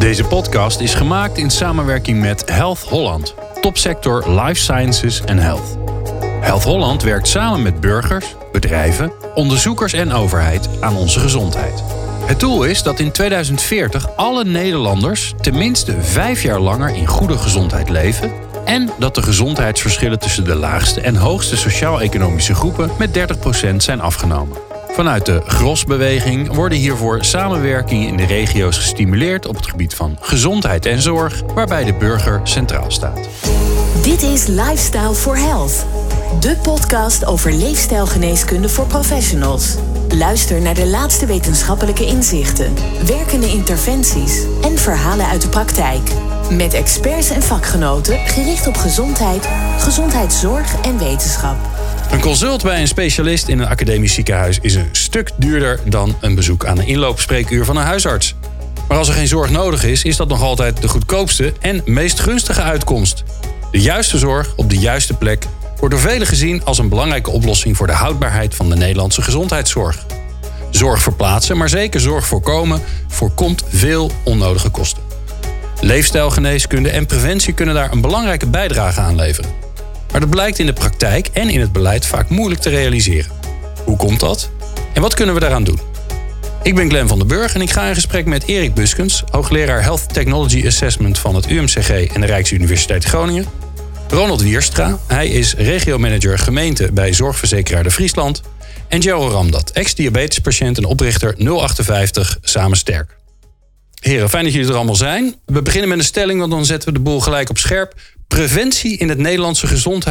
Deze podcast is gemaakt in samenwerking met Health Holland, topsector Life Sciences en Health. Health Holland werkt samen met burgers, bedrijven, onderzoekers en overheid aan onze gezondheid. Het doel is dat in 2040 alle Nederlanders tenminste 5 jaar langer in goede gezondheid leven en dat de gezondheidsverschillen tussen de laagste en hoogste sociaal-economische groepen met 30% zijn afgenomen. Vanuit de GROS-beweging worden hiervoor samenwerkingen in de regio's gestimuleerd op het gebied van gezondheid en zorg, waarbij de burger centraal staat. Dit is Lifestyle for Health, de podcast over leefstijlgeneeskunde voor professionals. Luister naar de laatste wetenschappelijke inzichten, werkende interventies en verhalen uit de praktijk. Met experts en vakgenoten gericht op gezondheid, gezondheidszorg en wetenschap. Een consult bij een specialist in een academisch ziekenhuis is een stuk duurder dan een bezoek aan een inloopspreekuur van een huisarts. Maar als er geen zorg nodig is dat nog altijd de goedkoopste en meest gunstige uitkomst. De juiste zorg op de juiste plek wordt door velen gezien als een belangrijke oplossing voor de houdbaarheid van de Nederlandse gezondheidszorg. Zorg verplaatsen, maar zeker zorg voorkomen, voorkomt veel onnodige kosten. Leefstijlgeneeskunde en preventie kunnen daar een belangrijke bijdrage aan leveren. Maar dat blijkt in de praktijk en in het beleid vaak moeilijk te realiseren. Hoe komt dat? En wat kunnen we daaraan doen? Ik ben Glenn van den Burg en ik ga in gesprek met Erik Buskens, hoogleraar Health Technology Assessment van het UMCG en de Rijksuniversiteit Groningen. Ronald Wierstra, hij is regiomanager gemeente bij Zorgverzekeraar de Friesland. En Gerald Ramdat, ex-diabetespatiënt en oprichter 058 Samen Sterk. Heren, fijn dat jullie er allemaal zijn. We beginnen met een stelling, want dan zetten we de boel gelijk op scherp. Preventie in het Nederlandse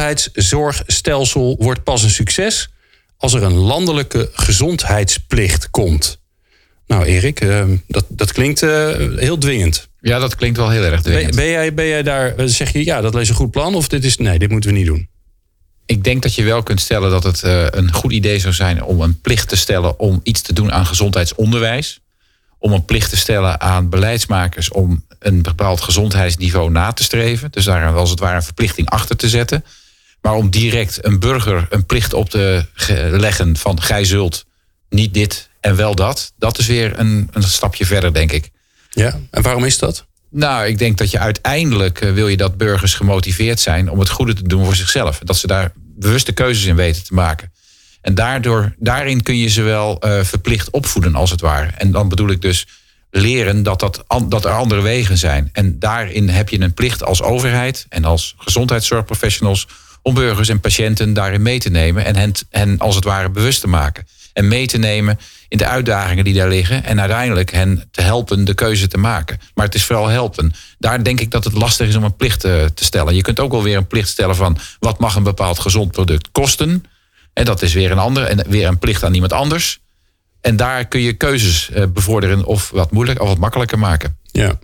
gezondheidszorgstelsel wordt pas een succes als er een landelijke gezondheidsplicht komt. Nou Erik, dat klinkt heel dwingend. Ja, dat klinkt wel heel erg dwingend. Ben jij daar, zeg je ja, dat is een goed plan of dit moeten we niet doen? Ik denk dat je wel kunt stellen dat het een goed idee zou zijn om een plicht te stellen om iets te doen aan gezondheidsonderwijs. Om een plicht te stellen aan beleidsmakers om een bepaald gezondheidsniveau na te streven. Dus daar als het ware een verplichting achter te zetten. Maar om direct een burger een plicht op te leggen van gij zult niet dit en wel dat. Dat is weer een stapje verder, denk ik. Ja, en waarom is dat? Nou, ik denk dat je uiteindelijk wil je dat burgers gemotiveerd zijn om het goede te doen voor zichzelf. Dat ze daar bewuste keuzes in weten te maken. En daarin kun je ze wel verplicht opvoeden, als het ware. En dan bedoel ik dus leren dat er andere wegen zijn. En daarin heb je een plicht als overheid en als gezondheidszorgprofessionals om burgers en patiënten daarin mee te nemen en hen als het ware bewust te maken. En mee te nemen in de uitdagingen die daar liggen en uiteindelijk hen te helpen de keuze te maken. Maar het is vooral helpen. Daar denk ik dat het lastig is om een plicht te stellen. Je kunt ook wel weer een plicht stellen van wat mag een bepaald gezond product kosten. En dat is weer een ander en weer een plicht aan iemand anders. En daar kun je keuzes bevorderen of wat moeilijker of wat makkelijker maken. Ja.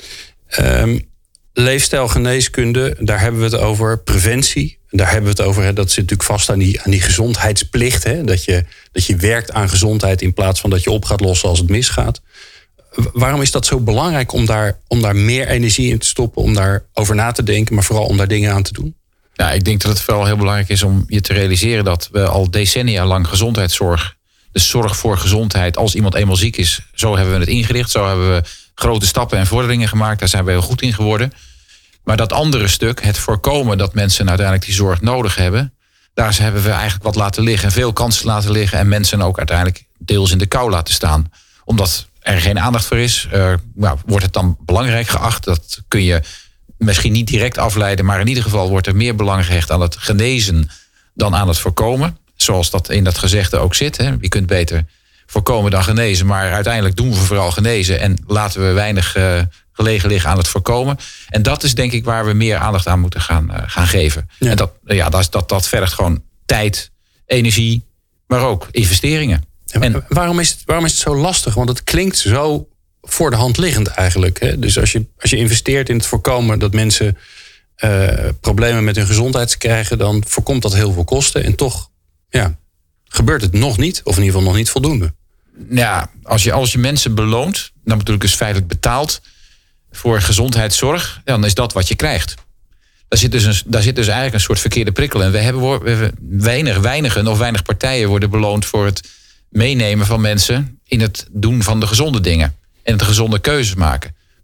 Leefstijlgeneeskunde, daar hebben we het over. Preventie, daar hebben we het over. Dat zit natuurlijk vast aan die gezondheidsplicht. Hè? Dat je werkt aan gezondheid in plaats van dat je op gaat lossen als het misgaat. Waarom is dat zo belangrijk om daar meer energie in te stoppen, om daarover na te denken, maar vooral om daar dingen aan te doen? Ja, ik denk dat het vooral heel belangrijk is om je te realiseren dat we al decennia lang gezondheidszorg, dus zorg voor gezondheid als iemand eenmaal ziek is, zo hebben we het ingericht. Zo hebben we grote stappen en vorderingen gemaakt. Daar zijn we heel goed in geworden. Maar dat andere stuk, het voorkomen dat mensen uiteindelijk die zorg nodig hebben, daar hebben we eigenlijk wat laten liggen. Veel kansen laten liggen en mensen ook uiteindelijk deels in de kou laten staan. Omdat er geen aandacht voor is, wordt het dan belangrijk geacht. Dat kun je misschien niet direct afleiden, maar in ieder geval wordt er meer belang gehecht aan het genezen dan aan het voorkomen. Zoals dat in dat gezegde ook zit. Hè. Je kunt beter voorkomen dan genezen, maar uiteindelijk doen we vooral genezen en laten we weinig gelegen liggen aan het voorkomen. En dat is denk ik waar we meer aandacht aan moeten gaan geven. Ja. En dat vergt gewoon tijd, energie, maar ook investeringen. En waarom is het zo lastig? Want het klinkt zo voor de hand liggend eigenlijk. Hè? Dus als je investeert in het voorkomen dat mensen problemen met hun gezondheid krijgen, dan voorkomt dat heel veel kosten. En toch gebeurt het nog niet, of in ieder geval nog niet voldoende. Ja, als je mensen beloont, dan bedoel ik dus feitelijk betaalt voor gezondheidszorg, dan is dat wat je krijgt. Daar zit dus eigenlijk een soort verkeerde prikkel in. We hebben weinig partijen worden beloond voor het meenemen van mensen in het doen van de gezonde dingen en de gezonde keuzes maken.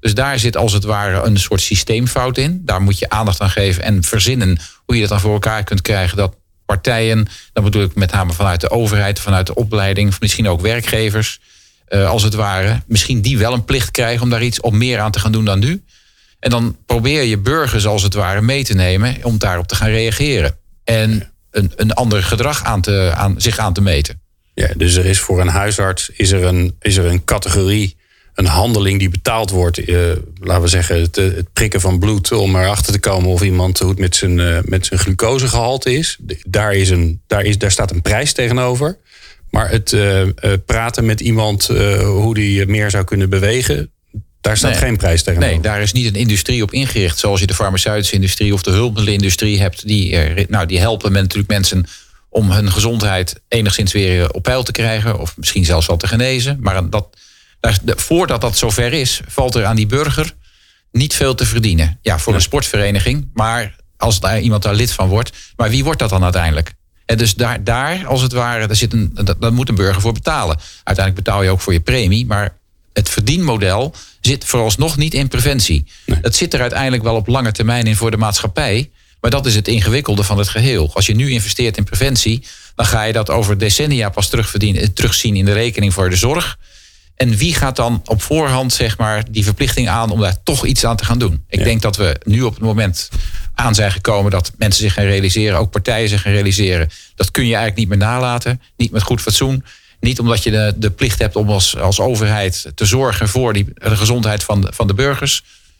Dus daar zit als het ware een soort systeemfout in. Daar moet je aandacht aan geven en verzinnen hoe je dat dan voor elkaar kunt krijgen. Dat partijen, dat bedoel ik met name vanuit de overheid, vanuit de opleiding, misschien ook werkgevers, als het ware, misschien die wel een plicht krijgen om daar iets op meer aan te gaan doen dan nu. En dan probeer je burgers als het ware mee te nemen om daarop te gaan reageren. En een ander gedrag zich aan te meten. Ja, dus er is voor een huisarts is er een categorie, een handeling die betaald wordt. Laten we zeggen het prikken van bloed om erachter te komen of iemand hoe het met zijn glucosegehalte is. Daar staat een prijs tegenover. Maar het praten met iemand hoe die meer zou kunnen bewegen, daar staat geen prijs tegenover. Nee, daar is niet een industrie op ingericht. Zoals je de farmaceutische industrie of de hulpmiddelenindustrie hebt. Die helpen natuurlijk mensen om hun gezondheid enigszins weer op peil te krijgen. Of misschien zelfs wel te genezen. Maar voordat dat zover is, valt er aan die burger niet veel te verdienen. Ja, voor een sportvereniging. Maar als iemand daar lid van wordt. Maar wie wordt dat dan uiteindelijk? En dus daar als het ware, daar moet een burger voor betalen. Uiteindelijk betaal je ook voor je premie. Maar het verdienmodel zit vooralsnog niet in preventie. Nee. Dat zit er uiteindelijk wel op lange termijn in voor de maatschappij. Maar dat is het ingewikkelde van het geheel. Als je nu investeert in preventie, dan ga je dat over decennia pas terugzien in de rekening voor de zorg. En wie gaat dan op voorhand zeg maar die verplichting aan om daar toch iets aan te gaan doen? Ik denk dat we nu op het moment aan zijn gekomen dat mensen zich gaan realiseren, ook partijen zich gaan realiseren. Dat kun je eigenlijk niet meer nalaten, niet met goed fatsoen. Niet omdat je de plicht hebt om als overheid te zorgen voor de gezondheid van de burgers.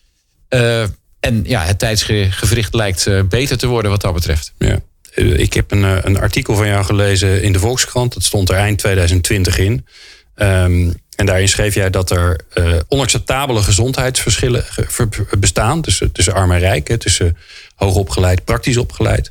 En ja, het tijdsgevricht lijkt beter te worden wat dat betreft. Ja. Ik heb een artikel van jou gelezen in de Volkskrant. Dat stond er eind 2020 in. En daarin schreef jij dat er onacceptabele gezondheidsverschillen bestaan. Tussen arm en rijk. Tussen hoogopgeleid, praktisch opgeleid.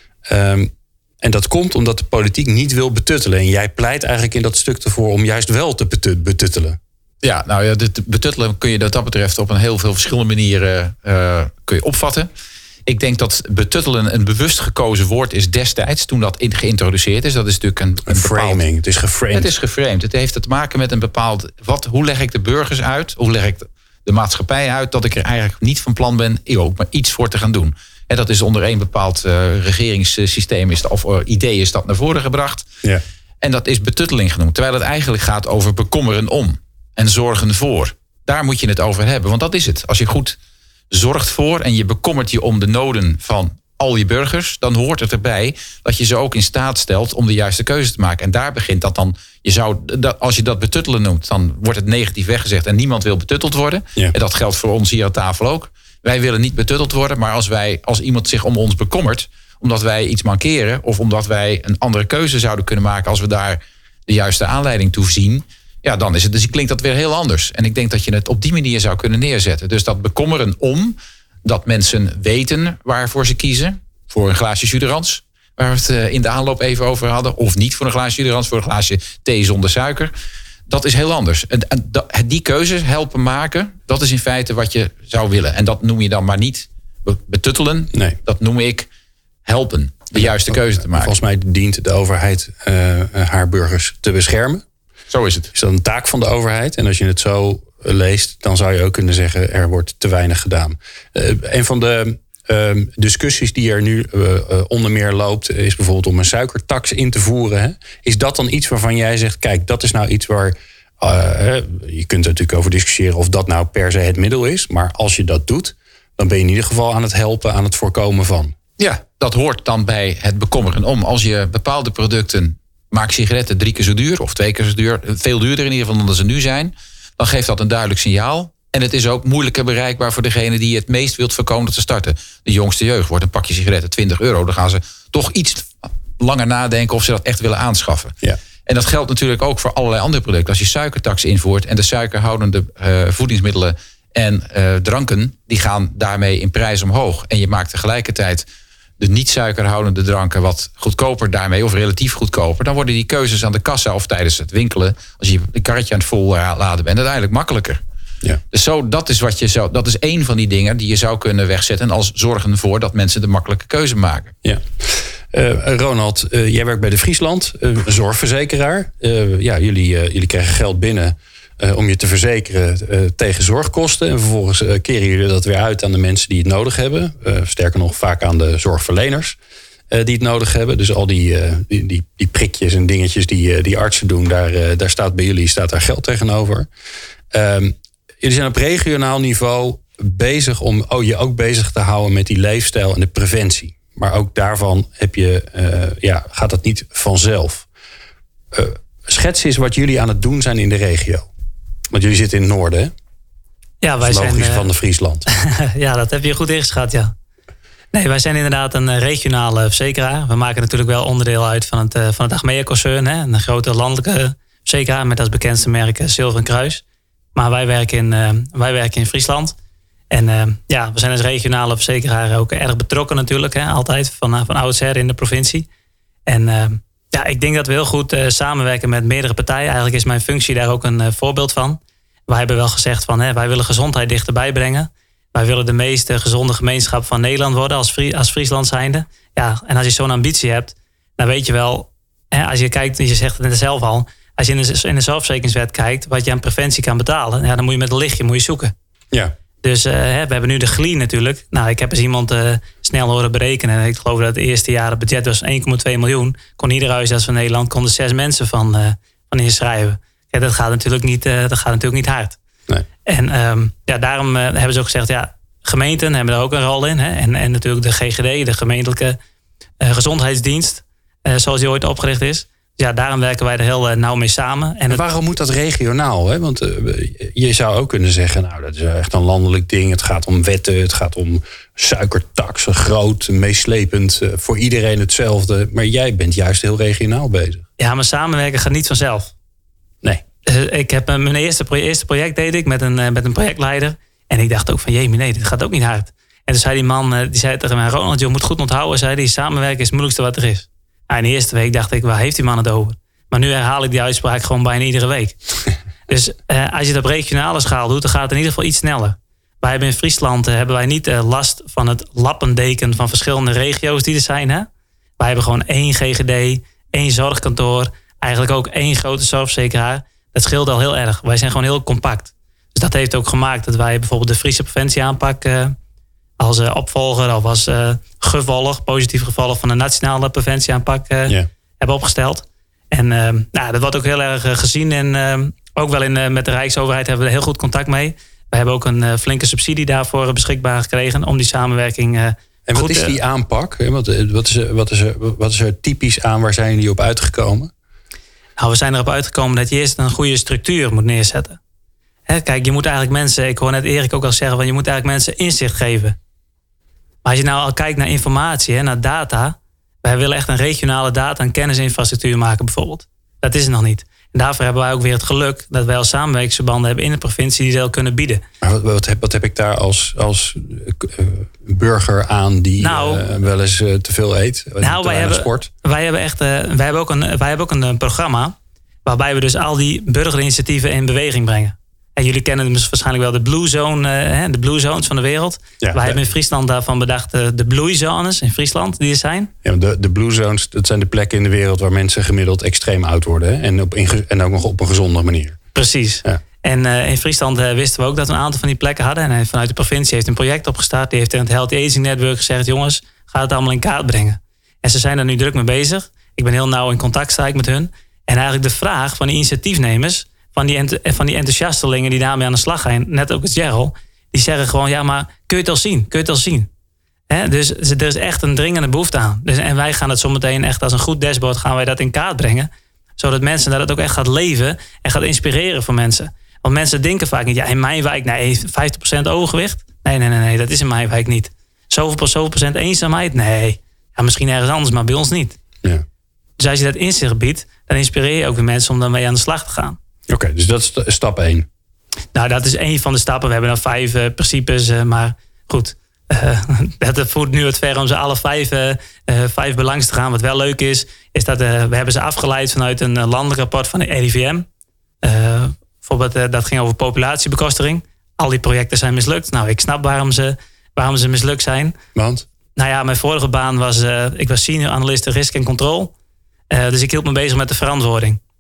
En dat komt omdat de politiek niet wil betuttelen. En jij pleit eigenlijk in dat stuk ervoor om juist wel te betuttelen. Ja, nou ja, betuttelen kun je dat betreft op een heel veel verschillende manieren kun je opvatten. Ik denk dat betuttelen een bewust gekozen woord is destijds, toen dat geïntroduceerd is. Dat is natuurlijk een framing. Het is geframed. Het is geframed. Het heeft te maken met een bepaald hoe leg ik de burgers uit, hoe leg ik de maatschappij uit, dat ik er eigenlijk niet van plan ben ook maar iets voor te gaan doen. En dat is onder een bepaald regeringssysteem of idee is dat naar voren gebracht. Ja. En dat is betutteling genoemd. Terwijl het eigenlijk gaat over bekommeren om en zorgen voor. Daar moet je het over hebben. Want dat is het. Als je goed zorgt voor en je bekommert je om de noden van al je burgers, dan hoort het erbij dat je ze ook in staat stelt om de juiste keuze te maken. En daar begint dat dan. Als je dat betuttelen noemt, dan wordt het negatief weggezegd en niemand wil betutteld worden. Ja. En dat geldt voor ons hier aan tafel ook. Wij willen niet betutteld worden, maar als iemand zich om ons bekommert, omdat wij iets mankeren of omdat wij een andere keuze zouden kunnen maken als we daar de juiste aanleiding toe zien, ja, dan is het. Dus klinkt dat weer heel anders. En ik denk dat je het op die manier zou kunnen neerzetten. Dus dat bekommeren om, dat mensen weten waarvoor ze kiezen. Voor een glaasje jus de rans, waar we het in de aanloop even over hadden. Of niet voor een glaasje jus de rans, voor een glaasje thee zonder suiker. Dat is heel anders. En die keuze helpen maken, dat is in feite wat je zou willen. En dat noem je dan maar niet betuttelen. Nee. Dat noem ik helpen, de juiste keuze te maken. Volgens mij dient de overheid haar burgers te beschermen. Zo is het. Is dat een taak van de overheid? En als je het zo leest, dan zou je ook kunnen zeggen, er wordt te weinig gedaan. Een van de discussies die er nu onder meer loopt, is bijvoorbeeld om een suikertax in te voeren. Hè? Is dat dan iets waarvan jij zegt, kijk, dat is nou iets waar je kunt er natuurlijk over discussiëren of dat nou per se het middel is. Maar als je dat doet, dan ben je in ieder geval aan het helpen, aan het voorkomen van. Ja, dat hoort dan bij het bekommeren om. Als je bepaalde producten, maak sigaretten 3 keer zo duur of 2 keer zo duur, veel duurder in ieder geval dan ze nu zijn, dan geeft dat een duidelijk signaal. En het is ook moeilijker bereikbaar voor degene die het meest wilt voorkomen dat ze starten. De jongste jeugd wordt een pakje sigaretten €20. Dan gaan ze toch iets langer nadenken of ze dat echt willen aanschaffen. Ja. En dat geldt natuurlijk ook voor allerlei andere producten. Als je suikertax invoert en de suikerhoudende voedingsmiddelen en dranken, die gaan daarmee in prijs omhoog. En je maakt tegelijkertijd de niet-suikerhoudende dranken wat goedkoper daarmee, of relatief goedkoper. Dan worden die keuzes aan de kassa of tijdens het winkelen, als je een karretje aan het volladen bent, uiteindelijk makkelijker. Ja. Dus dat is één van die dingen die je zou kunnen wegzetten als zorgen ervoor dat mensen de makkelijke keuze maken. Ja. Ronald, jij werkt bij de Friesland, een zorgverzekeraar. Jullie krijgen geld binnen om je te verzekeren tegen zorgkosten. En vervolgens keren jullie dat weer uit aan de mensen die het nodig hebben. Sterker nog, vaak aan de zorgverleners die het nodig hebben. Dus al die prikjes en dingetjes die artsen doen, daar staat bij jullie daar geld tegenover. Jullie zijn op regionaal niveau bezig om je ook bezig te houden met die leefstijl en de preventie. Maar ook daarvan gaat dat niet vanzelf. Schets eens wat jullie aan het doen zijn in de regio. Want jullie zitten in het noorden, hè? Ja, wij zijn van de Friesland. Ja, dat heb je goed ingeschat, ja. Nee, wij zijn inderdaad een regionale verzekeraar. We maken natuurlijk wel onderdeel uit van het Achmea-concern. Een grote landelijke verzekeraar met als bekendste merk Zilveren Kruis. Maar wij werken in Friesland. En we zijn als regionale verzekeraar ook erg betrokken natuurlijk. Altijd van oudsher in de provincie. En ik denk dat we heel goed samenwerken met meerdere partijen. Eigenlijk is mijn functie daar ook een voorbeeld van. Wij hebben wel gezegd van wij willen gezondheid dichterbij brengen. Wij willen de meest gezonde gemeenschap van Nederland worden als Friesland zijnde. Ja, en als je zo'n ambitie hebt, dan weet je wel, als je kijkt, je zegt het net zelf al, als je in de zelfverzekeringswet kijkt wat je aan preventie kan betalen, dan moet je met een lichtje zoeken. Ja. Dus we hebben nu de GLI natuurlijk. Nou, ik heb eens iemand snel horen berekenen. Ik geloof dat het eerste jaar het budget was 1,2 miljoen. Kon ieder huisarts van Nederland 6 mensen van inschrijven. Ja, dat gaat natuurlijk niet hard. Nee. En daarom hebben ze ook gezegd, gemeenten hebben er ook een rol in. En natuurlijk de GGD, de gemeentelijke gezondheidsdienst, zoals die ooit opgericht is. Ja, daarom werken wij er heel nauw mee samen. En waarom moet dat regionaal? Hè? Want je zou ook kunnen zeggen, nou, dat is echt een landelijk ding. Het gaat om wetten, het gaat om suikertaxen, groot, meeslepend, voor iedereen hetzelfde. Maar jij bent juist heel regionaal bezig. Ja, maar samenwerken gaat niet vanzelf. Nee. Ik heb mijn eerste project deed ik met een projectleider. En ik dacht ook van, nee, dit gaat ook niet hard. En toen zei die man, die zei tegen mij, Ronald, je moet goed onthouden, zei hij, samenwerken is het moeilijkste wat er is. Nou, in de eerste week dacht ik, waar heeft die man het over? Maar nu herhaal ik die uitspraak gewoon bijna iedere week. Dus als je het op regionale schaal doet, dan gaat het in ieder geval iets sneller. Wij hebben in Friesland niet last van het lappendeken van verschillende regio's die er zijn. Hè? Wij hebben gewoon 1 GGD, 1 zorgkantoor, eigenlijk ook 1 grote zorgverzekeraar. Dat scheelt al heel erg. Wij zijn gewoon heel compact. Dus dat heeft ook gemaakt dat wij bijvoorbeeld de Friese preventieaanpak als opvolger of als positief gevolg van de nationale preventieaanpak hebben opgesteld. En dat wordt ook heel erg gezien. En ook wel met de Rijksoverheid hebben we er heel goed contact mee. We hebben ook een flinke subsidie daarvoor beschikbaar gekregen om die samenwerking en wat is die aanpak? Wat is er typisch aan? Waar zijn jullie op uitgekomen? Nou, we zijn erop uitgekomen dat je eerst een goede structuur moet neerzetten. Kijk, je moet eigenlijk mensen, ik hoor net Erik ook al zeggen, van je moet eigenlijk mensen inzicht geven. Maar als je nou al kijkt naar informatie, naar data. Wij willen echt een regionale data- en kennisinfrastructuur maken bijvoorbeeld. Dat is het nog niet. En daarvoor hebben wij ook weer het geluk dat wij als samenwerkingsverbanden hebben in de provincie die dat kunnen bieden. Maar wat heb ik daar als burger aan die wel eens te veel eet? Wij hebben ook een programma waarbij we dus al die burgerinitiatieven in beweging brengen. En jullie kennen dus waarschijnlijk wel de Blue Zone, de Blue Zones van de wereld. Ja, wij hebben in Friesland daarvan bedacht de bloeizones in Friesland die er zijn. Ja, de Blue Zones, dat zijn de plekken in de wereld waar mensen gemiddeld extreem oud worden. Hè? En ook nog op een gezonde manier. Precies. Ja. En in Friesland wisten we ook dat we een aantal van die plekken hadden. En vanuit de provincie heeft een project opgestart. Die heeft in het Healthy Aging Network gezegd, jongens, ga het allemaal in kaart brengen. En ze zijn daar nu druk mee bezig. Ik ben heel nauw in contact sta ik met hun. En eigenlijk de vraag van die initiatiefnemers, van die enthousiastelingen die daarmee aan de slag gaan, net ook als Gerald, die zeggen gewoon, ja, maar kun je het al zien? Dus er is echt een dringende behoefte aan. Dus, en wij gaan het zometeen echt als een goed dashboard gaan wij dat in kaart brengen, zodat mensen dat het ook echt gaat leven en gaat inspireren voor mensen. Want mensen denken vaak niet, ja, in mijn wijk, nee, 50% overgewicht? Nee, dat is in mijn wijk niet. Zoveel procent eenzaamheid? Nee. Ja, misschien ergens anders, maar bij ons niet. Ja. Dus als je dat inzicht biedt, dan inspireer je ook de mensen om daarmee aan de slag te gaan. Oké, dus dat is stap 1. Nou, dat is 1 van de stappen. We hebben dan 5 principes, maar goed. Dat voert nu het ver om ze alle 5 belangs te gaan. Wat wel leuk is dat we hebben ze afgeleid vanuit een landelijk rapport van de RIVM. Bijvoorbeeld, dat ging over populatiebekostiging. Al die projecten zijn mislukt. Nou, ik snap waarom ze mislukt zijn. Want? Nou ja, mijn vorige baan was, ik was senior analist risk en control. Dus ik hield me bezig met de verantwoording.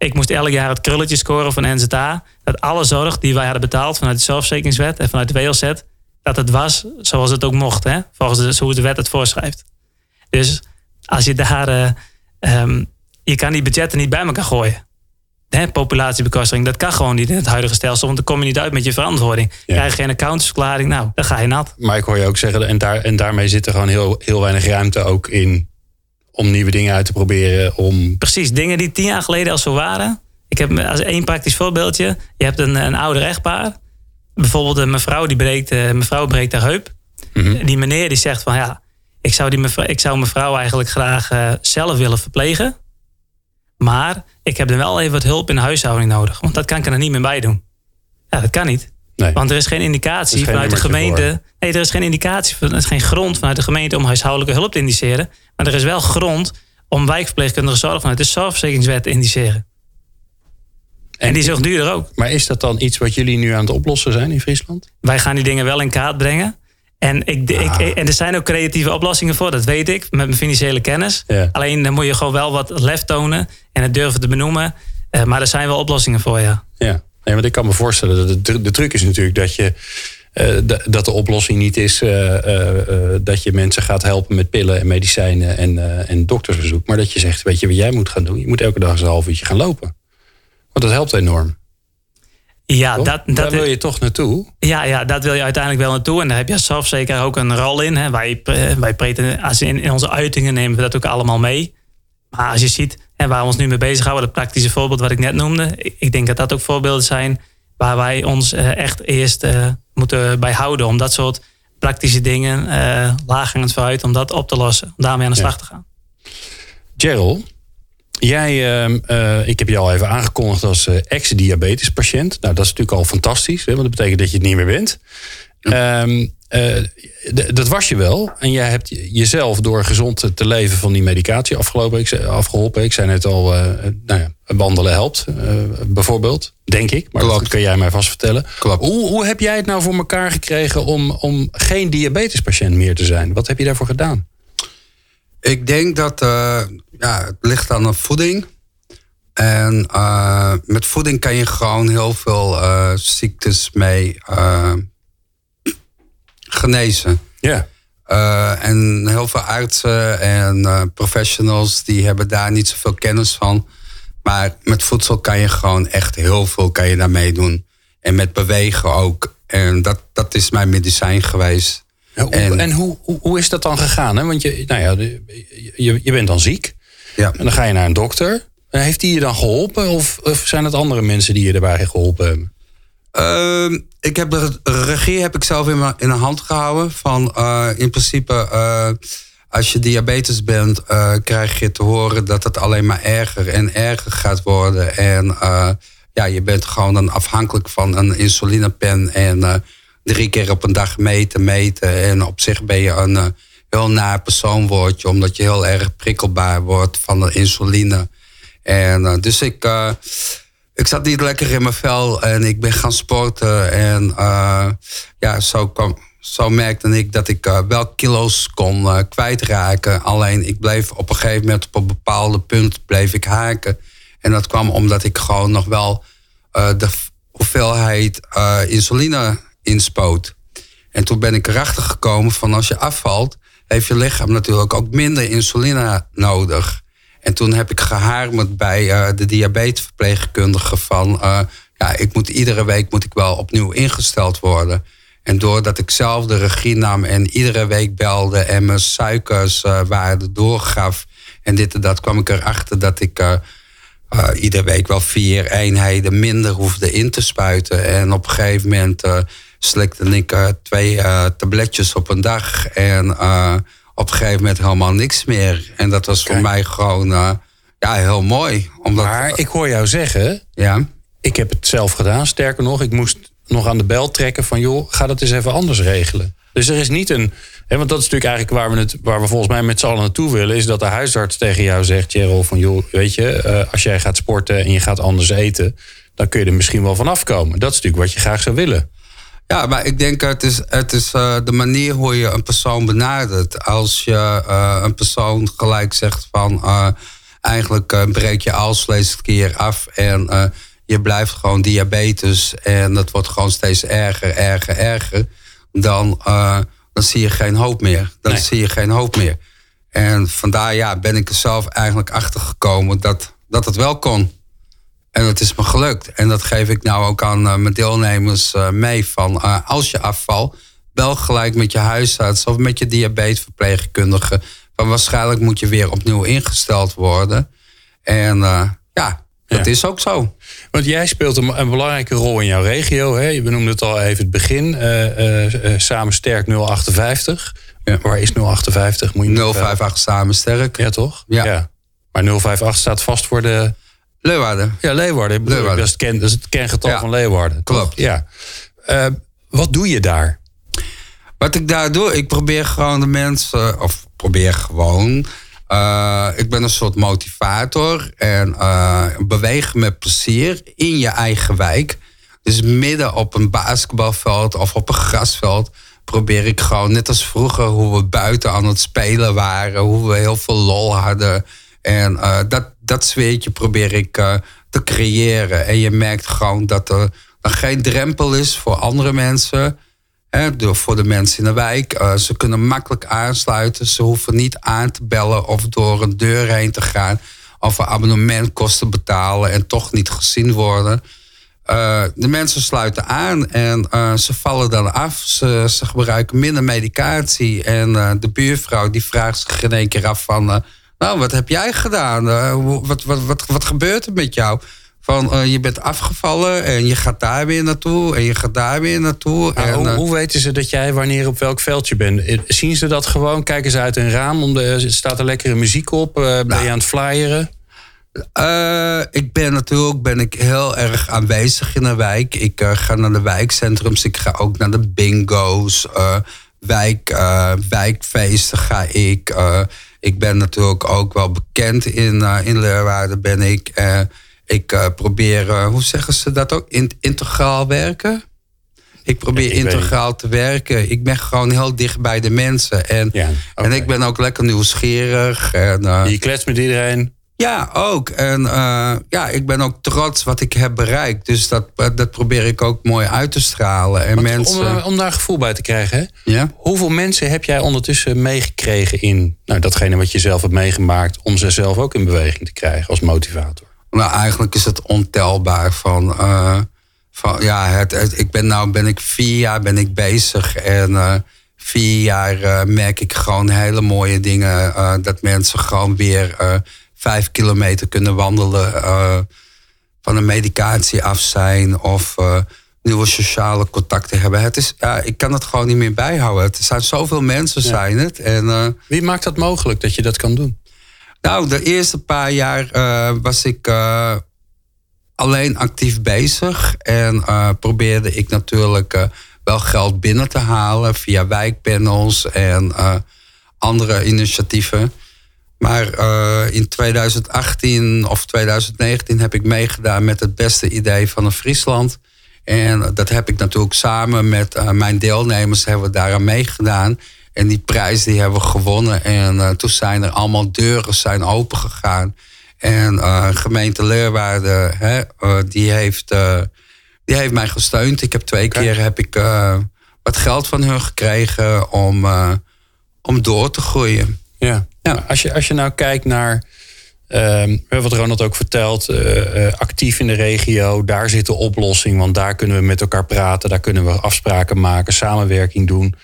Ik moest elk jaar het krulletje scoren van NZA. Dat alle zorg die wij hadden betaald vanuit de Zorgverzekeringswet en vanuit de WLZ, dat het was zoals het ook mocht. Hè? Volgens hoe de wet het voorschrijft. Dus als je daar... je kan die budgetten niet bij elkaar gooien. Populatiebekostiging, dat kan gewoon niet in het huidige stelsel. Want dan kom je niet uit met je verantwoording. Ja. Krijg je geen accountantsverklaring, nou, dan ga je nat. Maar ik hoor je ook zeggen, en daarmee zit er gewoon heel weinig ruimte ook in om nieuwe dingen uit te proberen. Precies, dingen die 10 jaar geleden al zo waren. Ik heb als één praktisch voorbeeldje. Je hebt een ouder echtpaar. Bijvoorbeeld een mevrouw breekt haar heup. Mm-hmm. Die meneer die zegt van ja, ik zou mevrouw eigenlijk graag zelf willen verplegen. Maar ik heb er wel even wat hulp in de huishouding nodig. Want dat kan ik er niet meer bij doen. Ja, dat kan niet. Nee. Want er is geen indicatie vanuit de gemeente. Nee, er is geen indicatie, er is geen grond vanuit de gemeente om huishoudelijke hulp te indiceren. Maar er is wel grond om wijkverpleegkundige zorg vanuit de Zorgverzekeringswet te indiceren. En die is ook duurder ook. Maar is dat dan iets wat jullie nu aan het oplossen zijn in Friesland? Wij gaan die dingen wel in kaart brengen. En er zijn ook creatieve oplossingen voor, dat weet ik, met mijn financiële kennis. Ja. Alleen dan moet je gewoon wel wat lef tonen en het durven te benoemen. Maar er zijn wel oplossingen voor, ja. Ja, nee, want ik kan me voorstellen dat de truc is natuurlijk dat de oplossing niet is dat je mensen gaat helpen met pillen en medicijnen en doktersbezoek. Maar dat je zegt, weet je wat jij moet gaan doen? Je moet elke dag eens een half uurtje gaan lopen. Want dat helpt enorm. Ja, daar wil je toch naartoe? Ja, dat wil je uiteindelijk wel naartoe. En daar heb je als zorgverzekeraar ook een rol in. Hè. In onze uitingen nemen we dat ook allemaal mee. Maar als je ziet waar we ons nu mee bezighouden, het praktische voorbeeld wat ik net noemde. Ik denk dat dat ook voorbeelden zijn waar wij ons echt eerst moeten bij houden. Om dat soort praktische dingen, laaghangend vooruit, om dat op te lossen. Om daarmee aan de slag te gaan. Gerald, ik heb je al even aangekondigd als ex-diabetespatiënt. Nou, dat is natuurlijk al fantastisch, hè, want dat betekent dat je het niet meer bent. Dat was je wel. En jij hebt jezelf door gezond te leven van die medicatie afgeholpen. Ik zei net al, wandelen helpt, bijvoorbeeld, denk ik. Maar dat kun jij mij vast vertellen. Klopt. Hoe heb jij het nou voor elkaar gekregen om geen diabetespatiënt meer te zijn? Wat heb je daarvoor gedaan? Ik denk dat het ligt aan de voeding. En met voeding kan je gewoon heel veel ziektes mee genezen. Ja. En heel veel artsen en professionals die hebben daar niet zoveel kennis van. Maar met voedsel kan je gewoon echt heel veel daarmee doen. En met bewegen ook. En dat is mijn medicijn geweest. En hoe is dat dan gegaan? Hè? Want je bent dan ziek. Ja. En dan ga je naar een dokter. Heeft die je dan geholpen? Of zijn het andere mensen die je erbij geholpen hebben? Ik heb de regie heb ik zelf in de hand gehouden. Van in principe, als je diabetes bent, krijg je te horen dat het alleen maar erger en erger gaat worden. En je bent gewoon dan afhankelijk van een insulinepen en 3 keer op een dag meten. En op zich ben je een heel naar persoon word je, omdat je heel erg prikkelbaar wordt van de insuline. En dus ik zat niet lekker in mijn vel en ik ben gaan sporten. En zo merkte ik dat ik wel kilo's kon kwijtraken. Alleen ik bleef op een gegeven moment op een bepaalde punt bleef ik haken. En dat kwam omdat ik gewoon nog wel de hoeveelheid insuline inspoot. En toen ben ik erachter gekomen van als je afvalt, heeft je lichaam natuurlijk ook minder insuline nodig. En toen heb ik gehamerd bij de diabetesverpleegkundige van iedere week moet ik wel opnieuw ingesteld worden. En doordat ik zelf de regie nam en iedere week belde en mijn suikerswaarde doorgaf en dit en dat, kwam ik erachter dat ik iedere week wel 4 eenheden minder hoefde in te spuiten. En op een gegeven moment slikte ik 2 tabletjes op een dag en op een gegeven moment helemaal niks meer. En dat was voor mij gewoon heel mooi. Maar ik hoor jou zeggen, ik heb het zelf gedaan. Sterker nog, ik moest nog aan de bel trekken van joh, ga dat eens even anders regelen. Dus er is niet een... want dat is natuurlijk eigenlijk waar we volgens mij met z'n allen naartoe willen, is dat de huisarts tegen jou zegt, Gerald, van joh, weet je, als jij gaat sporten en je gaat anders eten, dan kun je er misschien wel van afkomen. Dat is natuurlijk wat je graag zou willen. Ja, maar ik denk het is de manier hoe je een persoon benadert. Als je een persoon gelijk zegt van eigenlijk breek je alvlees een keer af en je blijft gewoon diabetes en dat wordt gewoon steeds erger. Dan zie je geen hoop meer. Zie je geen hoop meer. En vandaar ben ik er zelf eigenlijk achter gekomen dat het wel kon. En dat is me gelukt. En dat geef ik nou ook aan mijn deelnemers mee. Van als je afvalt, bel gelijk met je huisarts of met je diabetesverpleegkundige. Van waarschijnlijk moet je weer opnieuw ingesteld worden. En dat is ook zo. Want jij speelt een belangrijke rol in jouw regio. Hè? We noemden het al even het begin. Samen Sterk 058. Ja. Waar is 058? 058 Samen Sterk. Ja, toch? Ja. Maar 058 staat vast voor de... Leeuwarden. Ja, Leeuwarden. Dat is het kengetal van Leeuwarden. Klopt. Ja. Wat doe je daar? Wat ik daar doe, ik probeer gewoon de mensen... ik ben een soort motivator. En bewegen met plezier in je eigen wijk. Dus midden op een basketbalveld of op een grasveld... probeer ik gewoon, net als vroeger, hoe we buiten aan het spelen waren. Hoe we heel veel lol hadden. En dat sfeertje probeer ik te creëren. En je merkt gewoon dat er geen drempel is voor andere mensen. Voor de mensen in de wijk. Ze kunnen makkelijk aansluiten. Ze hoeven niet aan te bellen of door een deur heen te gaan. Of een abonnementkosten betalen en toch niet gezien worden. De mensen sluiten aan en ze vallen dan af. Ze gebruiken minder medicatie. En de buurvrouw die vraagt zich in één keer af van... nou, wat heb jij gedaan? Wat gebeurt er met jou? Van je bent afgevallen en je gaat daar weer naartoe en je gaat daar weer naartoe. Hoe weten ze dat jij wanneer op welk veldje bent? Zien ze dat gewoon? Kijken ze uit een raam? Staat er lekkere muziek op? Ben je aan het flyeren? Ik ben heel erg aanwezig in de wijk. Ik ga naar de wijkcentrums. Ik ga ook naar de bingo's. Wijkfeesten ga ik. Ik ben natuurlijk ook wel bekend in Leeuwarden ben ik. Ik probeer, hoe zeggen ze dat ook? Integraal werken? Ik probeer integraal te werken. Ik ben gewoon heel dicht bij de mensen. En ik ben ook lekker nieuwsgierig. Je kletst met iedereen? Ja, ook. En ik ben ook trots wat ik heb bereikt. Dus dat probeer ik ook mooi uit te stralen. En om daar een gevoel bij te krijgen, hè? Ja? Hoeveel mensen heb jij ondertussen meegekregen in datgene wat je zelf hebt meegemaakt... om ze zelf ook in beweging te krijgen als motivator? Nou, eigenlijk is het ontelbaar ben ik 4 jaar bezig. En 4 jaar merk ik gewoon hele mooie dingen. Dat mensen gewoon weer 5 kilometer kunnen wandelen. Van een medicatie af zijn. Of nieuwe sociale contacten hebben. Ik kan het gewoon niet meer bijhouden. Er zijn zoveel mensen, zijn het. En, wie maakt dat mogelijk dat je dat kan doen? Nou, de eerste paar jaar was ik alleen actief bezig. En probeerde ik natuurlijk wel geld binnen te halen via wijkpanels en andere initiatieven. Maar in 2018 of 2019 heb ik meegedaan met het beste idee van Friesland. En dat heb ik natuurlijk samen met mijn deelnemers hebben we daaraan meegedaan. En die prijs die hebben we gewonnen. En toen zijn er allemaal deuren opengegaan. En gemeente Leeuwarden, die heeft mij gesteund. Ik heb 2 keer wat geld van hun gekregen om door te groeien. Ja. Als je nou kijkt naar wat Ronald ook vertelt, actief in de regio, daar zit de oplossing. Want daar kunnen we met elkaar praten, daar kunnen we afspraken maken, samenwerking doen.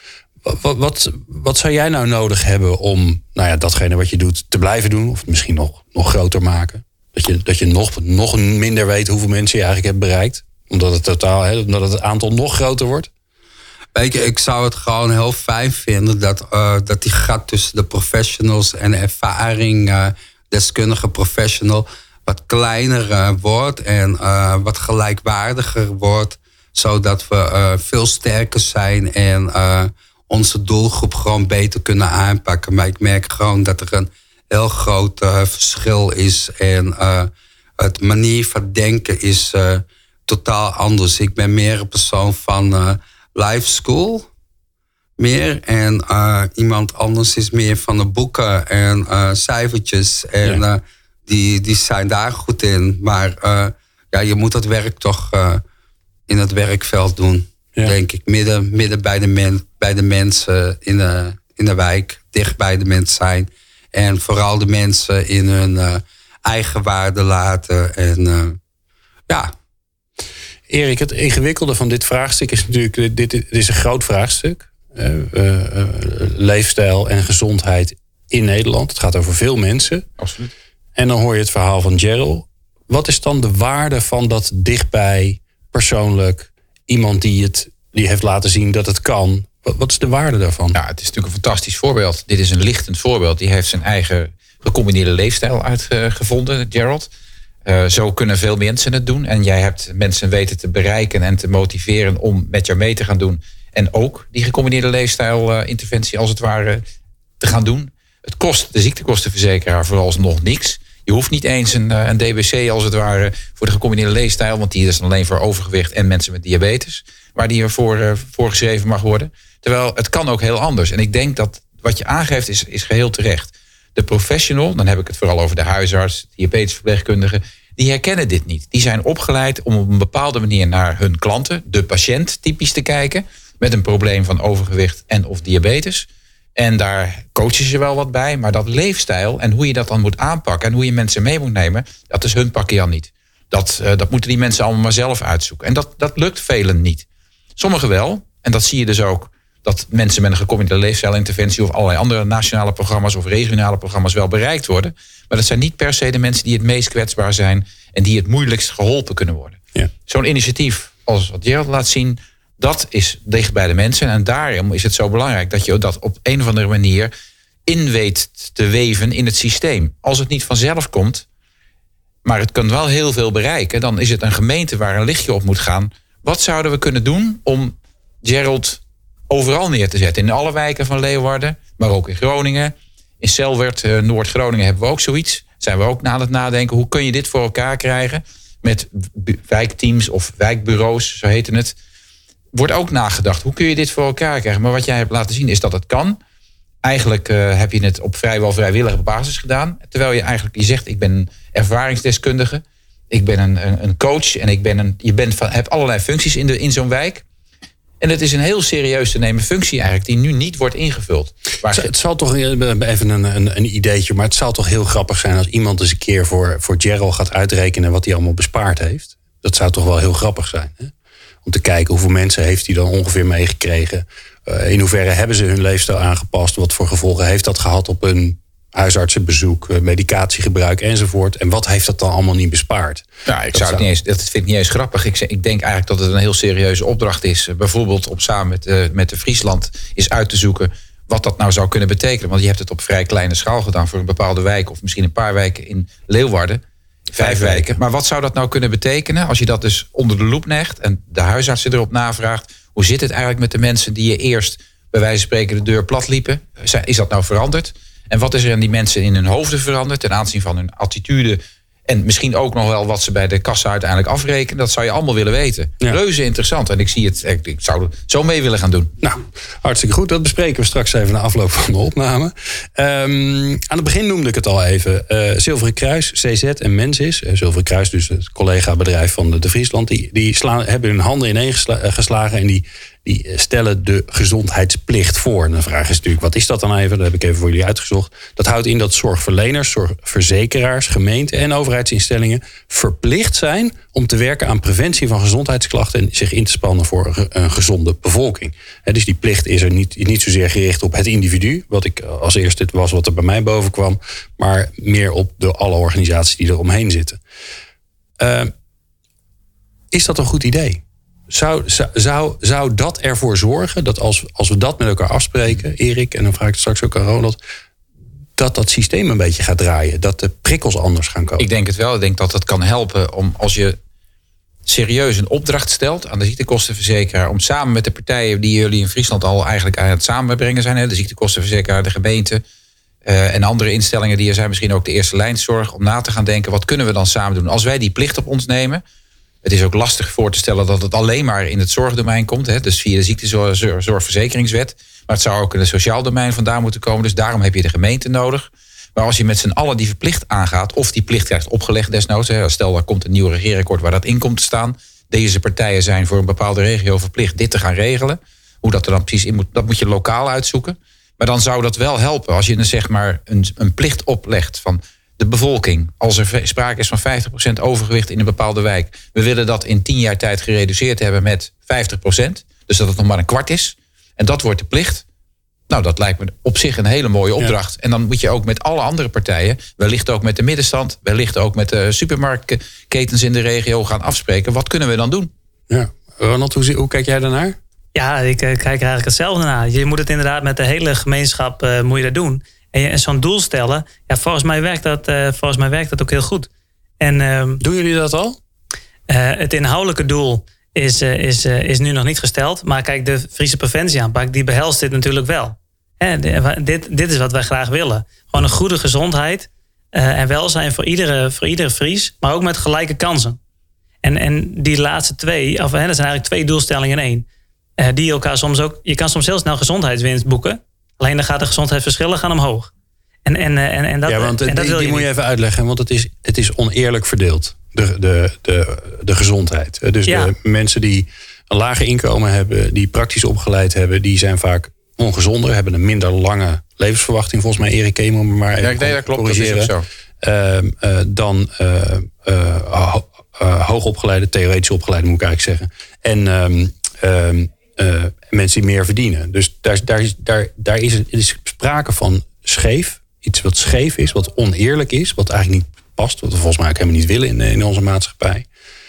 Wat zou jij nou nodig hebben om datgene wat je doet te blijven doen? Of misschien nog groter maken? Dat je nog minder weet hoeveel mensen je eigenlijk hebt bereikt? Omdat het aantal nog groter wordt? Weet je, ik zou het gewoon heel fijn vinden dat die gat tussen de professionals en de ervaring deskundige professional wat kleiner wordt en wat gelijkwaardiger wordt. Zodat we veel sterker zijn en onze doelgroep gewoon beter kunnen aanpakken. Maar ik merk gewoon dat er een heel groot verschil is. En het manier van denken is totaal anders. Ik ben meer een persoon van life school. Meer. En iemand anders is meer van de boeken en cijfertjes. En die zijn daar goed in. Maar je moet het werk toch in het werkveld doen. Ja. Denk ik. Midden bij de mensen in de wijk. Dicht bij de mensen zijn. En vooral de mensen in hun eigen waarde laten. En Erik, het ingewikkelde van dit vraagstuk is natuurlijk... Dit is een groot vraagstuk. Leefstijl en gezondheid in Nederland. Het gaat over veel mensen. Absoluut. En dan hoor je het verhaal van Gerald. Wat is dan de waarde van dat dichtbij, persoonlijk... iemand die heeft laten zien dat het kan? Wat is de waarde daarvan? Ja, het is natuurlijk een fantastisch voorbeeld. Dit is een lichtend voorbeeld. Die heeft zijn eigen gecombineerde leefstijl uitgevonden, Gerald. Zo kunnen veel mensen het doen. En jij hebt mensen weten te bereiken en te motiveren om met jou mee te gaan doen. En ook die gecombineerde leefstijl-interventie als het ware te gaan doen. Het kost de ziektekostenverzekeraar vooralsnog niks. Je hoeft niet eens een DBC als het ware voor de gecombineerde leefstijl. Want die is dan alleen voor overgewicht en mensen met diabetes. Waar die ervoor voorgeschreven mag worden. Terwijl het kan ook heel anders. En ik denk dat wat je aangeeft is geheel terecht. De professional, dan heb ik het vooral over de huisarts, diabetesverpleegkundigen. Die herkennen dit niet. Die zijn opgeleid om op een bepaalde manier naar hun klanten, de patiënt typisch te kijken. Met een probleem van overgewicht en of diabetes. En daar coachen ze wel wat bij. Maar dat leefstijl en hoe je dat dan moet aanpakken en hoe je mensen mee moet nemen, dat is hun pakje dan niet. Dat moeten die mensen allemaal maar zelf uitzoeken. En dat lukt velen niet. Sommigen wel. En dat zie je dus ook. Dat mensen met een gecombineerde leefstijlinterventie of allerlei andere nationale programma's of regionale programma's wel bereikt worden. Maar dat zijn niet per se de mensen die het meest kwetsbaar zijn en die het moeilijkst geholpen kunnen worden. Ja. Zo'n initiatief als wat Gerald laat zien, dat is dicht bij de mensen. En daarom is het zo belangrijk dat je dat op een of andere manier in weet te weven in het systeem. Als het niet vanzelf komt, maar het kan wel heel veel bereiken, dan is het een gemeente waar een lichtje op moet gaan. Wat zouden we kunnen doen om Gerald overal neer te zetten? In alle wijken van Leeuwarden, maar ook in Groningen. In Selwerd, Noord-Groningen hebben we ook zoiets. Zijn we ook aan het nadenken, hoe kun je dit voor elkaar krijgen? Met wijkteams of wijkbureaus, zo heette het. Wordt ook nagedacht, hoe kun je dit voor elkaar krijgen? Maar wat jij hebt laten zien is dat het kan. Eigenlijk heb je het op vrijwel vrijwillige basis gedaan. Terwijl je zegt, ik ben een ervaringsdeskundige. Ik ben een coach en hebt allerlei functies in zo'n wijk. En het is een heel serieus te nemen functie eigenlijk, die nu niet wordt ingevuld. Het zal toch, even een ideetje, maar het zou toch heel grappig zijn als iemand eens een keer voor Gerald gaat uitrekenen wat hij allemaal bespaard heeft. Dat zou toch wel heel grappig zijn, hè? Om te kijken hoeveel mensen heeft hij dan ongeveer meegekregen. In hoeverre hebben ze hun leefstijl aangepast? Wat voor gevolgen heeft dat gehad op hun huisartsenbezoek, medicatiegebruik enzovoort? En wat heeft dat dan allemaal niet bespaard? Ja, dat vind ik niet eens grappig. Ik denk eigenlijk dat het een heel serieuze opdracht is. Bijvoorbeeld om samen met de Friesland eens uit te zoeken wat dat nou zou kunnen betekenen. Want je hebt het op vrij kleine schaal gedaan voor een bepaalde wijk of misschien een paar wijken in Leeuwarden. 5 wijken. Maar wat zou dat nou kunnen betekenen als je dat dus onder de loep legt en de huisartsen erop navraagt? Hoe zit het eigenlijk met de mensen die je eerst bij wijze van spreken de deur plat liepen? Is dat nou veranderd? En wat is er aan die mensen in hun hoofden veranderd ten aanzien van hun attitude? En misschien ook nog wel wat ze bij de kassa uiteindelijk afrekenen. Dat zou je allemaal willen weten. Ja. Reuze interessant. En ik zou er zo mee willen gaan doen. Nou, hartstikke goed. Dat bespreken we straks even na afloop van de opname. Aan het begin noemde ik het al even. Zilveren Kruis, CZ en Mensis. Zilveren Kruis, dus het collega-bedrijf van de Friesland. Die hebben hun handen ineen geslagen. En die stellen de gezondheidsplicht voor. En de vraag is natuurlijk, wat is dat dan even? Dat heb ik even voor jullie uitgezocht. Dat houdt in dat zorgverleners, zorgverzekeraars, gemeenten en overheidsinstellingen verplicht zijn om te werken aan preventie van gezondheidsklachten en zich in te spannen voor een gezonde bevolking. Dus die plicht is er niet zozeer gericht op het individu, wat ik als eerste was wat er bij mij boven kwam, maar meer op alle organisaties die er omheen zitten. Is dat een goed idee? Zou dat ervoor zorgen dat als we dat met elkaar afspreken, Erik, en dan vraag ik het straks ook aan Ronald, dat systeem een beetje gaat draaien, dat de prikkels anders gaan komen? Ik denk het wel. Ik denk dat het kan helpen om, als je serieus een opdracht stelt aan de ziektekostenverzekeraar, om samen met de partijen die jullie in Friesland al eigenlijk aan het samenbrengen zijn, de ziektekostenverzekeraar, de gemeente en andere instellingen die er zijn, misschien ook de eerste lijnzorg, om na te gaan denken, wat kunnen we dan samen doen? Als wij die plicht op ons nemen. Het is ook lastig voor te stellen dat het alleen maar in het zorgdomein komt. Dus via de ziektezorgverzekeringswet. Maar het zou ook in het sociaal domein vandaan moeten komen. Dus daarom heb je de gemeente nodig. Maar als je met z'n allen die verplicht aangaat, of die plicht krijgt opgelegd desnoods. Stel, er komt een nieuw regeerakkoord waar dat in komt te staan. Deze partijen zijn voor een bepaalde regio verplicht dit te gaan regelen. Hoe dat er dan precies in moet, dat moet je lokaal uitzoeken. Maar dan zou dat wel helpen als je dan zeg maar een plicht oplegt van de bevolking. Als er sprake is van 50% overgewicht in een bepaalde wijk. We willen dat in 10 jaar tijd gereduceerd hebben met 50%. Dus dat het nog maar een kwart is. En dat wordt de plicht. Nou, dat lijkt me op zich een hele mooie opdracht. Ja. En dan moet je ook met alle andere partijen, wellicht ook met de middenstand, wellicht ook met de supermarktketens in de regio gaan afspreken. Wat kunnen we dan doen? Ja. Ronald, hoe kijk jij daarnaar? Ja, ik kijk eigenlijk hetzelfde naar. Je moet het inderdaad met de hele gemeenschap moet je dat doen. En zo'n doel stellen, ja, volgens mij werkt dat ook heel goed. En, doen jullie dat al? Het inhoudelijke doel is nu nog niet gesteld. Maar kijk, de Friese preventieaanpak, die behelst dit natuurlijk wel. Dit is wat wij graag willen. Gewoon een goede gezondheid en welzijn voor iedere Fries, maar ook met gelijke kansen. En die laatste twee, dat zijn eigenlijk 2 doelstellingen in 1. Die elkaar soms ook, je kan soms heel snel gezondheidswinst boeken. Alleen dan gaat de gezondheidsverschillen gaan omhoog. En dat, ja, want en dat wil die moet je even uitleggen, want het is oneerlijk verdeeld. De gezondheid. Dus ja. De mensen die een lager inkomen hebben, die praktisch opgeleid hebben, die zijn vaak ongezonder, hebben een minder lange levensverwachting. Volgens mij, Erik K. moet me maar even dat klopt, corrigeren. Dat is ook zo. Dan hoogopgeleide, theoretisch opgeleide moet ik eigenlijk zeggen. En mensen die meer verdienen. Dus daar is sprake van scheef. Iets wat scheef is, wat oneerlijk is, wat eigenlijk niet past, wat we volgens mij ook helemaal niet willen in onze maatschappij.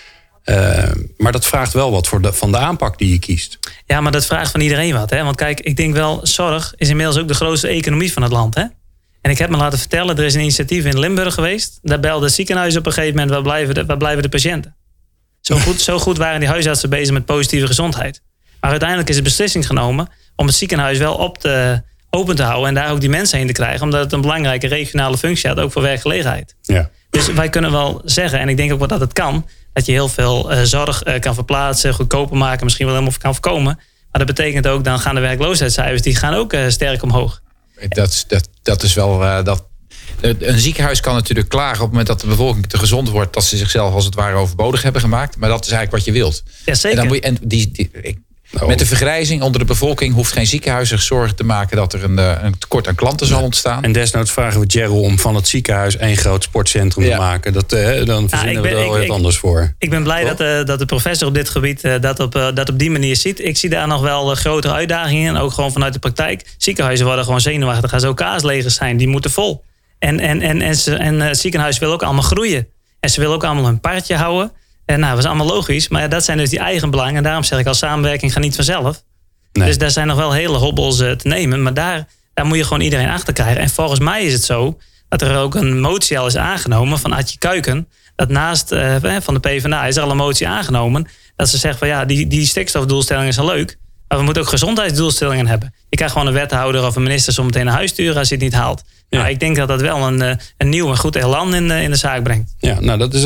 Maar dat vraagt wel wat van de aanpak die je kiest. Ja, maar dat vraagt van iedereen wat. Hè? Want kijk, ik denk wel, zorg is inmiddels ook de grootste economie van het land. Hè? En ik heb me laten vertellen, er is een initiatief in Limburg geweest. Daar belde het ziekenhuis op een gegeven moment, waar blijven de patiënten? Zo goed waren die huisartsen bezig met positieve gezondheid. Maar uiteindelijk is de beslissing genomen om het ziekenhuis wel open te houden en daar ook die mensen heen te krijgen, omdat het een belangrijke regionale functie had, ook voor werkgelegenheid. Ja. Dus wij kunnen wel zeggen, en ik denk ook wel dat het kan, dat je heel veel zorg kan verplaatsen, goedkoper maken, misschien wel helemaal kan voorkomen. Maar dat betekent ook, dan gaan de werkloosheidscijfers, die gaan ook sterk omhoog. Dat is wel... Een ziekenhuis kan natuurlijk klagen op het moment dat de bevolking te gezond wordt, dat ze zichzelf als het ware overbodig hebben gemaakt. Maar dat is eigenlijk wat je wilt. Ja, zeker. En dan moet je, met de vergrijzing onder de bevolking hoeft geen ziekenhuis zich zorgen te maken dat er een tekort aan klanten zal ontstaan. En desnoods vragen we Gerald om van het ziekenhuis 1 groot sportcentrum te maken. Dan verzinnen we er wel wat anders voor. Ik ben blij dat de professor op dit gebied dat op die manier ziet. Ik zie daar nog wel grotere uitdagingen. En ook gewoon vanuit de praktijk. Ziekenhuizen worden gewoon zenuwachtig als OK's-legers zijn. Die moeten vol. En het ziekenhuis wil ook allemaal groeien. En ze willen ook allemaal hun paardje houden. En dat is allemaal logisch. Maar dat zijn dus die eigen belangen. En daarom zeg ik, als samenwerking gaat niet vanzelf. Nee. Dus daar zijn nog wel hele hobbels te nemen. Maar daar moet je gewoon iedereen achter krijgen. En volgens mij is het zo dat er ook een motie al is aangenomen van Adje Kuiken. Dat naast van de PvdA is er al een motie aangenomen. Dat ze zeggen van ja, die stikstofdoelstellingen zijn leuk. Maar we moeten ook gezondheidsdoelstellingen hebben. Je kan gewoon een wethouder of een minister zometeen naar huis sturen als je het niet haalt. Ja. Nou, ik denk dat dat wel een nieuw en goed elan in de zaak brengt. Ja, nou, dat is,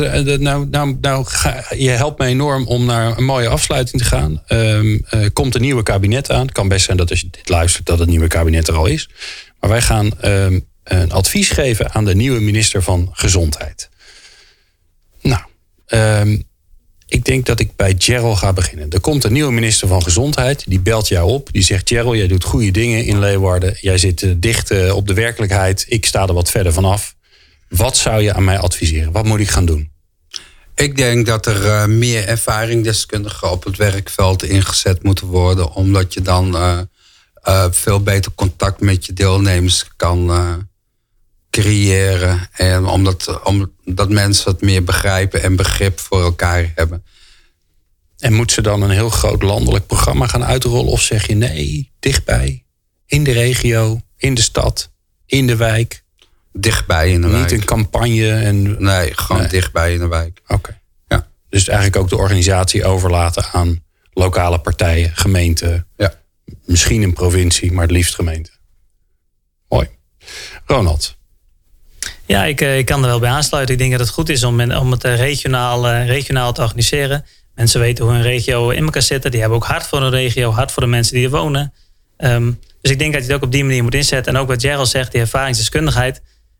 je helpt me enorm om naar een mooie afsluiting te gaan. Komt een nieuwe kabinet aan. Het kan best zijn dat als je dit luistert dat het nieuwe kabinet er al is. Maar wij gaan een advies geven aan de nieuwe minister van Gezondheid. Nou, ik denk dat ik bij Gerald ga beginnen. Er komt een nieuwe minister van Gezondheid. Die belt jou op. Die zegt, Gerald, jij doet goede dingen in Leeuwarden. Jij zit dicht op de werkelijkheid. Ik sta er wat verder vanaf. Wat zou je aan mij adviseren? Wat moet ik gaan doen? Ik denk dat er meer ervaringsdeskundigen op het werkveld ingezet moeten worden. Omdat je dan veel beter contact met je deelnemers kan creëren. En omdat mensen wat meer begrijpen en begrip voor elkaar hebben. En moet ze dan een heel groot landelijk programma gaan uitrollen? Of zeg je nee, dichtbij, in de regio, in de stad, in de wijk? Dichtbij in de wijk. Niet een campagne? Nee, gewoon dichtbij in de wijk. Oké. Ja. Dus eigenlijk ook de organisatie overlaten aan lokale partijen, gemeenten. Ja. Misschien een provincie, maar het liefst gemeente. Mooi. Ronald. Ja, ik kan er wel bij aansluiten. Ik denk dat het goed is om het regionaal te organiseren. Mensen weten hoe een regio in elkaar zit. Die hebben ook hart voor een regio, hart voor de mensen die er wonen. Dus ik denk dat je het ook op die manier moet inzetten. En ook wat Gerald zegt, die ervaringsdeskundigheid.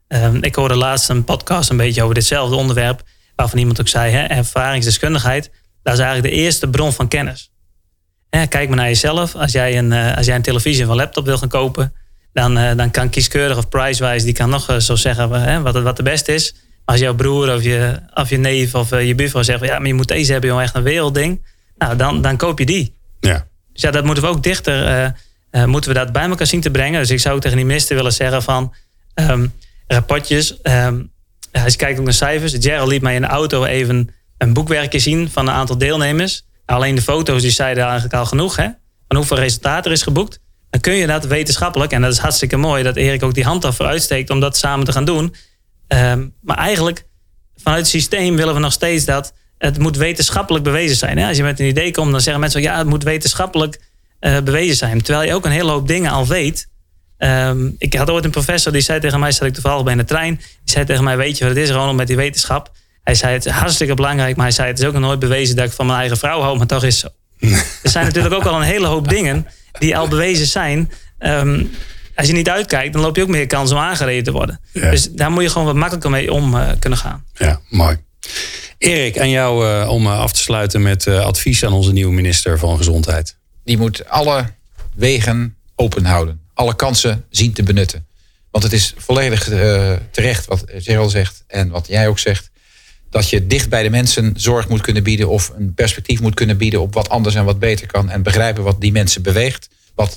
Ik hoorde laatst een podcast een beetje over ditzelfde onderwerp, waarvan iemand ook zei, ervaringsdeskundigheid, dat is eigenlijk de eerste bron van kennis. Kijk maar naar jezelf. Als jij een televisie of een laptop wil gaan kopen, dan kan kieskeurig of Pricewise, die kan nog zo zeggen wat de beste is. Als jouw broer of je neef of je buurvrouw zegt, maar je moet deze hebben, joh, echt een wereldding. Nou, dan koop je die. Ja. Dus ja, dat moeten we ook dichter, moeten we dat bij elkaar zien te brengen. Dus ik zou ook tegen die minister willen zeggen van rapportjes. Als je kijkt ook naar cijfers. Gerald liet mij in de auto even een boekwerkje zien van een aantal deelnemers. Alleen de foto's die zeiden eigenlijk al genoeg, hè? Van hoeveel resultaten er is geboekt. Dan kun je dat wetenschappelijk, en dat is hartstikke mooi, dat Erik ook die hand ervoor uitsteekt om dat samen te gaan doen. Maar eigenlijk, vanuit het systeem willen we nog steeds dat het moet wetenschappelijk bewezen zijn. Hè? Als je met een idee komt, dan zeggen mensen, ja, het moet wetenschappelijk bewezen zijn. Terwijl je ook een hele hoop dingen al weet. Ik had ooit een professor, die zei tegen mij, zat ik toevallig bij in de trein, die zei tegen mij, weet je wat het is, Ronald, met die wetenschap? Hij zei, het is hartstikke belangrijk, maar hij zei, het is ook nog nooit bewezen dat ik van mijn eigen vrouw hou, maar toch is zo. Er zijn natuurlijk ook al een hele hoop dingen die al bewezen zijn. Als je niet uitkijkt, dan loop je ook meer kans om aangereden te worden. Ja. Dus daar moet je gewoon wat makkelijker mee om kunnen gaan. Ja, mooi. Erik, aan jou om af te sluiten met advies aan onze nieuwe minister van Gezondheid. Die moet alle wegen open houden. Alle kansen zien te benutten. Want het is volledig terecht wat Gerald zegt en wat jij ook zegt. Dat je dicht bij de mensen zorg moet kunnen bieden of een perspectief moet kunnen bieden op wat anders en wat beter kan. En begrijpen wat die mensen beweegt.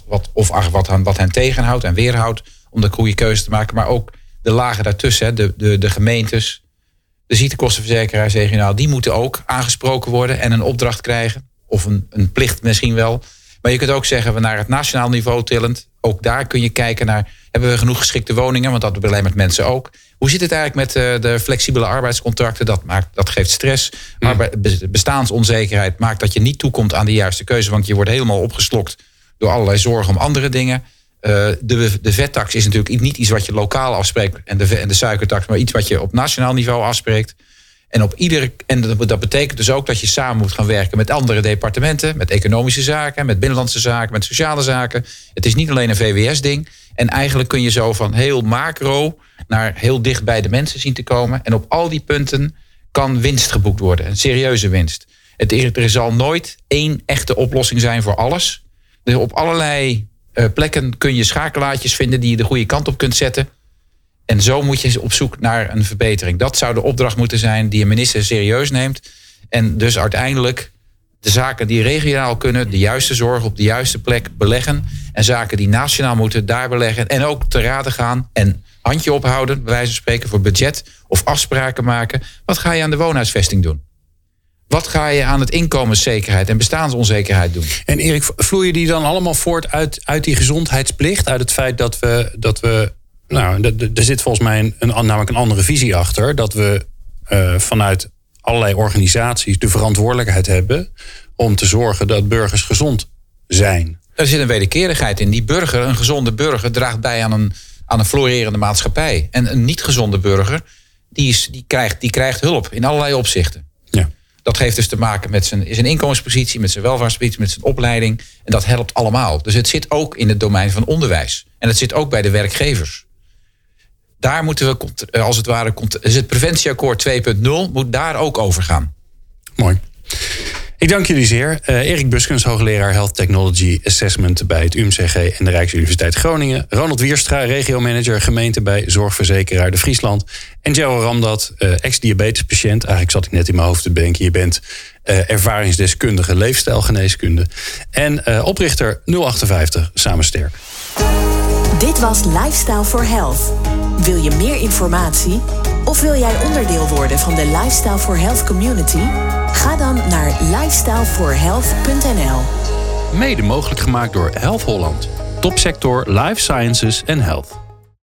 Wat hen tegenhoudt en weerhoudt om de goede keuze te maken. Maar ook de lagen daartussen, de gemeentes, de ziektekostenverzekeraars regionaal, die moeten ook aangesproken worden en een opdracht krijgen. Of een plicht misschien wel. Maar je kunt ook zeggen, we naar het nationaal niveau tillend. Ook daar kun je kijken naar, hebben we genoeg geschikte woningen? Want dat belemmert mensen ook. Hoe zit het eigenlijk met de flexibele arbeidscontracten? Dat geeft stress. Maar bestaansonzekerheid maakt dat je niet toekomt aan de juiste keuze. Want je wordt helemaal opgeslokt door allerlei zorgen om andere dingen. De vettax is natuurlijk niet iets wat je lokaal afspreekt. En de suikertax, maar iets wat je op nationaal niveau afspreekt. En dat betekent dus ook dat je samen moet gaan werken met andere departementen. Met economische zaken, met binnenlandse zaken, met sociale zaken. Het is niet alleen een VWS-ding. En eigenlijk kun je zo van heel macro naar heel dicht bij de mensen zien te komen. En op al die punten kan winst geboekt worden. Een serieuze winst. Er zal nooit één echte oplossing zijn voor alles. Dus op allerlei plekken kun je schakelaartjes vinden die je de goede kant op kunt zetten. En zo moet je op zoek naar een verbetering. Dat zou de opdracht moeten zijn die een minister serieus neemt. En dus uiteindelijk de zaken die regionaal kunnen, de juiste zorg op de juiste plek beleggen. En zaken die nationaal moeten, daar beleggen. En ook te raden gaan en handje ophouden, bij wijze van spreken, voor budget of afspraken maken. Wat ga je aan de woonhuisvesting doen? Wat ga je aan het inkomenszekerheid en bestaansonzekerheid doen? En Erik, vloeien die dan allemaal voort uit die gezondheidsplicht? Uit het feit dat we er zit volgens mij namelijk een andere visie achter. Dat we vanuit allerlei organisaties de verantwoordelijkheid hebben om te zorgen dat burgers gezond zijn. Er zit een wederkerigheid in. Een gezonde burger draagt bij aan een florerende maatschappij. En een niet gezonde burger, die krijgt hulp in allerlei opzichten. Ja. Dat heeft dus te maken met zijn inkomenspositie, met zijn welvaartspositie, met zijn opleiding. En dat helpt allemaal. Dus het zit ook in het domein van onderwijs. En het zit ook bij de werkgevers. Daar moeten we, als het ware, dus het preventieakkoord 2.0 moet daar ook over gaan. Mooi. Ik dank jullie zeer. Erik Buskens, hoogleraar Health Technology Assessment bij het UMCG en de Rijksuniversiteit Groningen. Ronald Wierstra, regiomanager gemeente bij Zorgverzekeraar de Friesland. En Gerald Ramdat, ex-diabetespatiënt. Eigenlijk zat ik net in mijn hoofd te denken. Je bent ervaringsdeskundige leefstijlgeneeskunde. En oprichter 058 Samen Sterk. Dit was Lifestyle for Health. Wil je meer informatie? Of wil jij onderdeel worden van de Lifestyle for Health community? Ga dan naar lifestyleforhealth.nl. Mede mogelijk gemaakt door Health Holland. Topsector Life Sciences en Health.